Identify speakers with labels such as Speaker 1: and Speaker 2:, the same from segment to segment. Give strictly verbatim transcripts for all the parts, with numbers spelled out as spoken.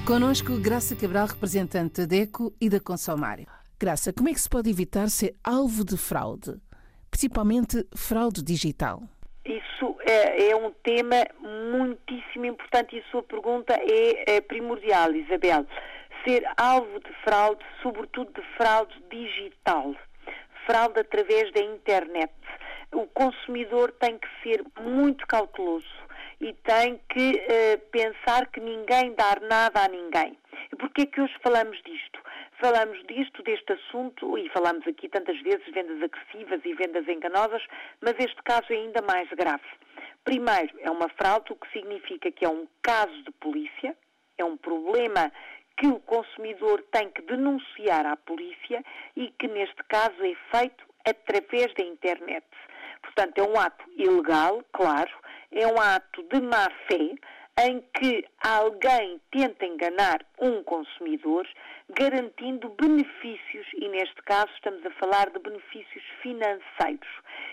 Speaker 1: Connosco, Graça Cabral, representante da DECO e da Consomário. Graça, como é que se pode evitar ser alvo de fraude, principalmente fraude digital?
Speaker 2: Isso é, é um tema muitíssimo importante e a sua pergunta é, é primordial, Isabel. Ser alvo de fraude, sobretudo de fraude digital, fraude através da internet. O consumidor tem que ser muito cauteloso e tem que uh, pensar que ninguém dá nada a ninguém. E porquê é que hoje falamos disto? Falamos disto, deste assunto, e falamos aqui tantas vezes vendas agressivas e vendas enganosas, mas este caso é ainda mais grave. Primeiro, é uma fraude, o que significa que é um caso de polícia, é um problema que o consumidor tem que denunciar à polícia e que neste caso é feito através da internet. Portanto, é um ato ilegal, claro, é um ato de má-fé, em que alguém tenta enganar um consumidor, garantindo benefícios, e neste caso estamos a falar de benefícios financeiros.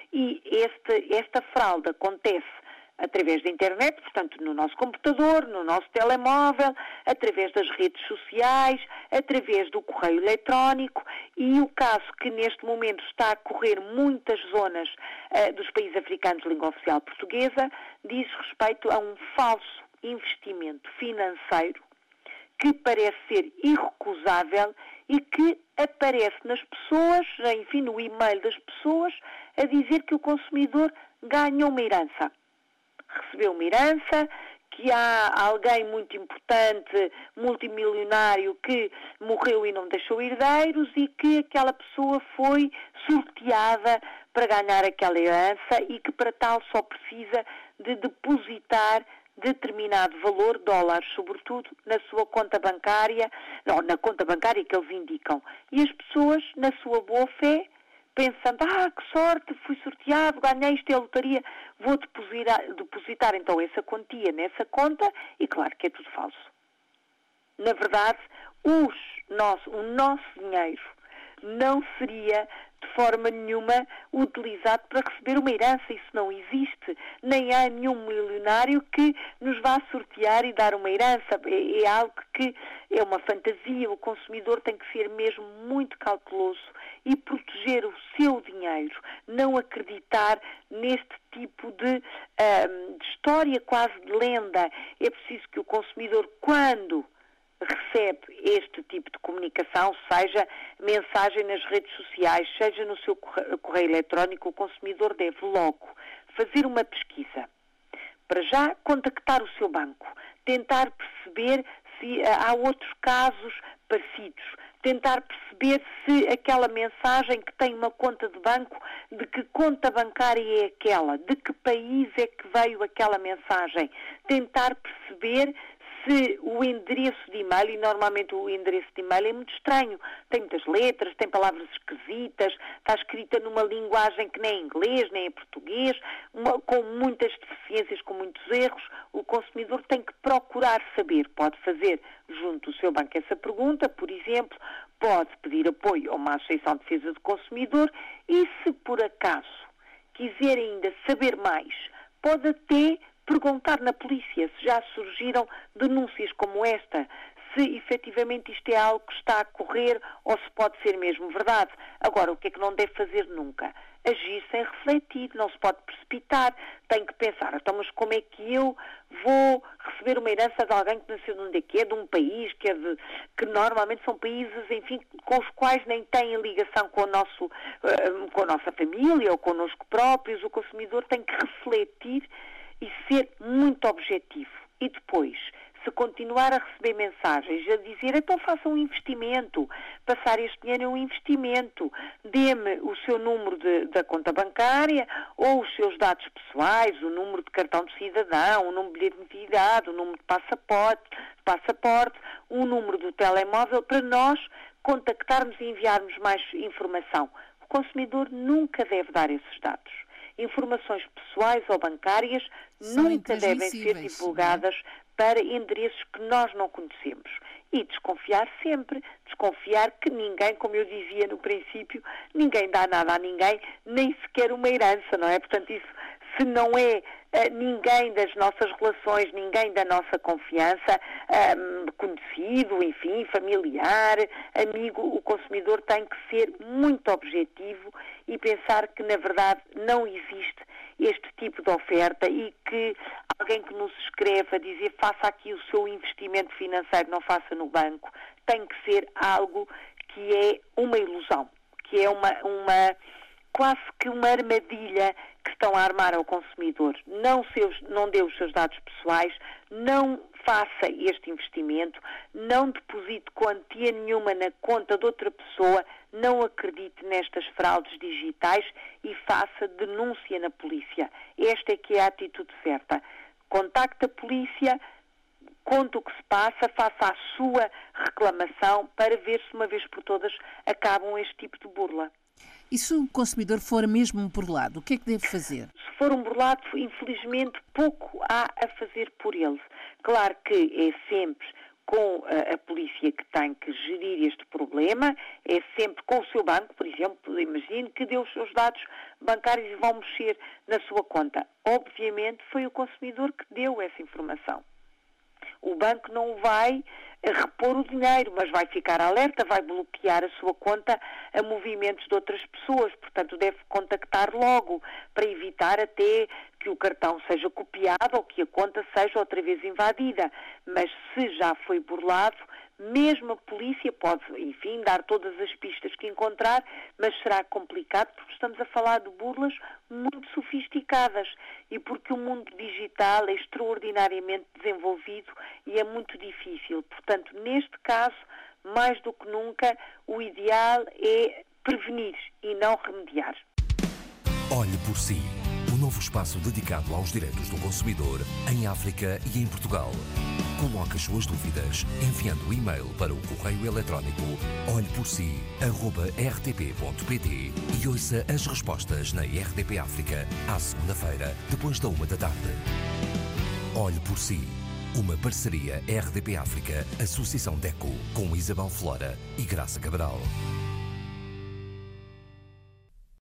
Speaker 2: E este, esta fraude acontece através da internet, portanto no nosso computador, no nosso telemóvel, através das redes sociais, através do correio eletrónico, e o caso que neste momento está a correr muitas zonas uh, dos países africanos de língua oficial portuguesa, diz respeito a um falso investimento financeiro que parece ser irrecusável e que aparece nas pessoas, enfim, no e-mail das pessoas, a dizer que o consumidor ganhou uma herança. Recebeu uma herança, que há alguém muito importante, multimilionário, que morreu e não deixou herdeiros e que aquela pessoa foi sorteada para ganhar aquela herança e que para tal só precisa de depositar determinado valor, dólares sobretudo, na sua conta bancária, não, na conta bancária que eles indicam. E as pessoas, na sua boa fé, pensando, ah, que sorte, fui sorteado, ganhei isto é a lotaria, vou depositar, depositar então essa quantia nessa conta e claro que é tudo falso. Na verdade, os nosso, o nosso dinheiro não seria de forma nenhuma utilizado para receber uma herança, isso não existe. Nem há nenhum milionário que nos vá sortear e dar uma herança. É, é algo que é uma fantasia, o consumidor tem que ser mesmo muito cauteloso e proteger o seu dinheiro, não acreditar neste tipo de, um, de história quase de lenda. É preciso que o consumidor, quando recebe este tipo de comunicação, seja mensagem nas redes sociais, seja no seu correio eletrónico, o consumidor deve logo fazer uma pesquisa. Para já, contactar o seu banco, tentar perceber se há outros casos parecidos, tentar perceber se aquela mensagem que tem uma conta de banco, de que conta bancária é aquela, de que país é que veio aquela mensagem, tentar perceber se o endereço de e-mail, e normalmente o endereço de e-mail é muito estranho, tem muitas letras, tem palavras esquisitas, está escrita numa linguagem que nem é inglês, nem é português, uma, com muitas deficiências, com muitos erros, o consumidor tem que procurar saber, pode fazer junto do seu banco essa pergunta, por exemplo, pode pedir apoio a uma Associação de Defesa do Consumidor e se por acaso quiser ainda saber mais, pode até perguntar na polícia se já surgiram denúncias como esta, se efetivamente isto é algo que está a correr ou se pode ser mesmo verdade. Agora, o que é que não deve fazer nunca? Agir sem refletir, não se pode precipitar, tem que pensar, então, mas como é que eu vou receber uma herança de alguém que nasceu de onde é que é, de um país, que, é de, que normalmente são países, enfim, com os quais nem têm ligação com, o nosso, uh, com a nossa família ou connosco próprios. O consumidor tem que refletir e ser muito objetivo. E depois, se continuar a receber mensagens a dizer, então faça um investimento, passar este dinheiro é um investimento, dê-me o seu número de, da conta bancária ou os seus dados pessoais, o número de cartão de cidadão, o número de bilhete de identidade, o número de passaporte, passaporte, o número do telemóvel, para nós contactarmos e enviarmos mais informação. O consumidor nunca deve dar esses dados. Informações pessoais ou bancárias
Speaker 1: São
Speaker 2: nunca devem ser divulgadas,
Speaker 1: não é?
Speaker 2: Para endereços que nós não conhecemos. E desconfiar sempre, desconfiar que ninguém, como eu dizia no princípio, ninguém dá nada a ninguém, nem sequer uma herança, não é? Portanto, isso, se não é ninguém das nossas relações, ninguém da nossa confiança, um, conhecido, enfim, familiar, amigo, o consumidor tem que ser muito objetivo e pensar que, na verdade, não existe este tipo de oferta e que alguém que nos escreva a dizer faça aqui o seu investimento financeiro, não faça no banco, tem que ser algo que é uma ilusão, que é uma, uma quase que uma armadilha que estão a armar ao consumidor. Não, seus, não dê os seus dados pessoais, não faça este investimento, não deposite quantia nenhuma na conta de outra pessoa, não acredite nestas fraudes digitais e faça denúncia na polícia. Esta é que é a atitude certa. Contacte a polícia, conte o que se passa, faça a sua reclamação para ver se uma vez por todas acabam este tipo de burla.
Speaker 1: E se o consumidor for mesmo burlado, o que é que deve fazer?
Speaker 2: Se for um burlado, infelizmente, pouco há a fazer por ele. Claro que é sempre com a, a polícia que tem que gerir este problema, é sempre com o seu banco, por exemplo, imagine que deu os seus dados bancários e vão mexer na sua conta. Obviamente foi o consumidor que deu essa informação. O banco não vai repor o dinheiro, mas vai ficar alerta, vai bloquear a sua conta a movimentos de outras pessoas. Portanto, deve contactar logo para evitar até que o cartão seja copiado ou que a conta seja outra vez invadida. Mas se já foi burlado, mesmo a polícia pode, enfim, dar todas as pistas que encontrar, mas será complicado porque estamos a falar de burlas muito sofisticadas e porque o mundo digital é extraordinariamente desenvolvido e é muito difícil. Portanto, neste caso, mais do que nunca, o ideal é prevenir e não remediar.
Speaker 3: Olhe por si, o novo espaço dedicado aos direitos do consumidor em África e em Portugal. Coloque as suas dúvidas enviando o e-mail para o correio eletrónico olhe por si arroba r t p ponto p t e ouça as respostas na R D P África à segunda-feira, depois da uma da tarde. Olhe por si, uma parceria R D P África, Associação DECO, com Isabel Flora e Graça Cabral.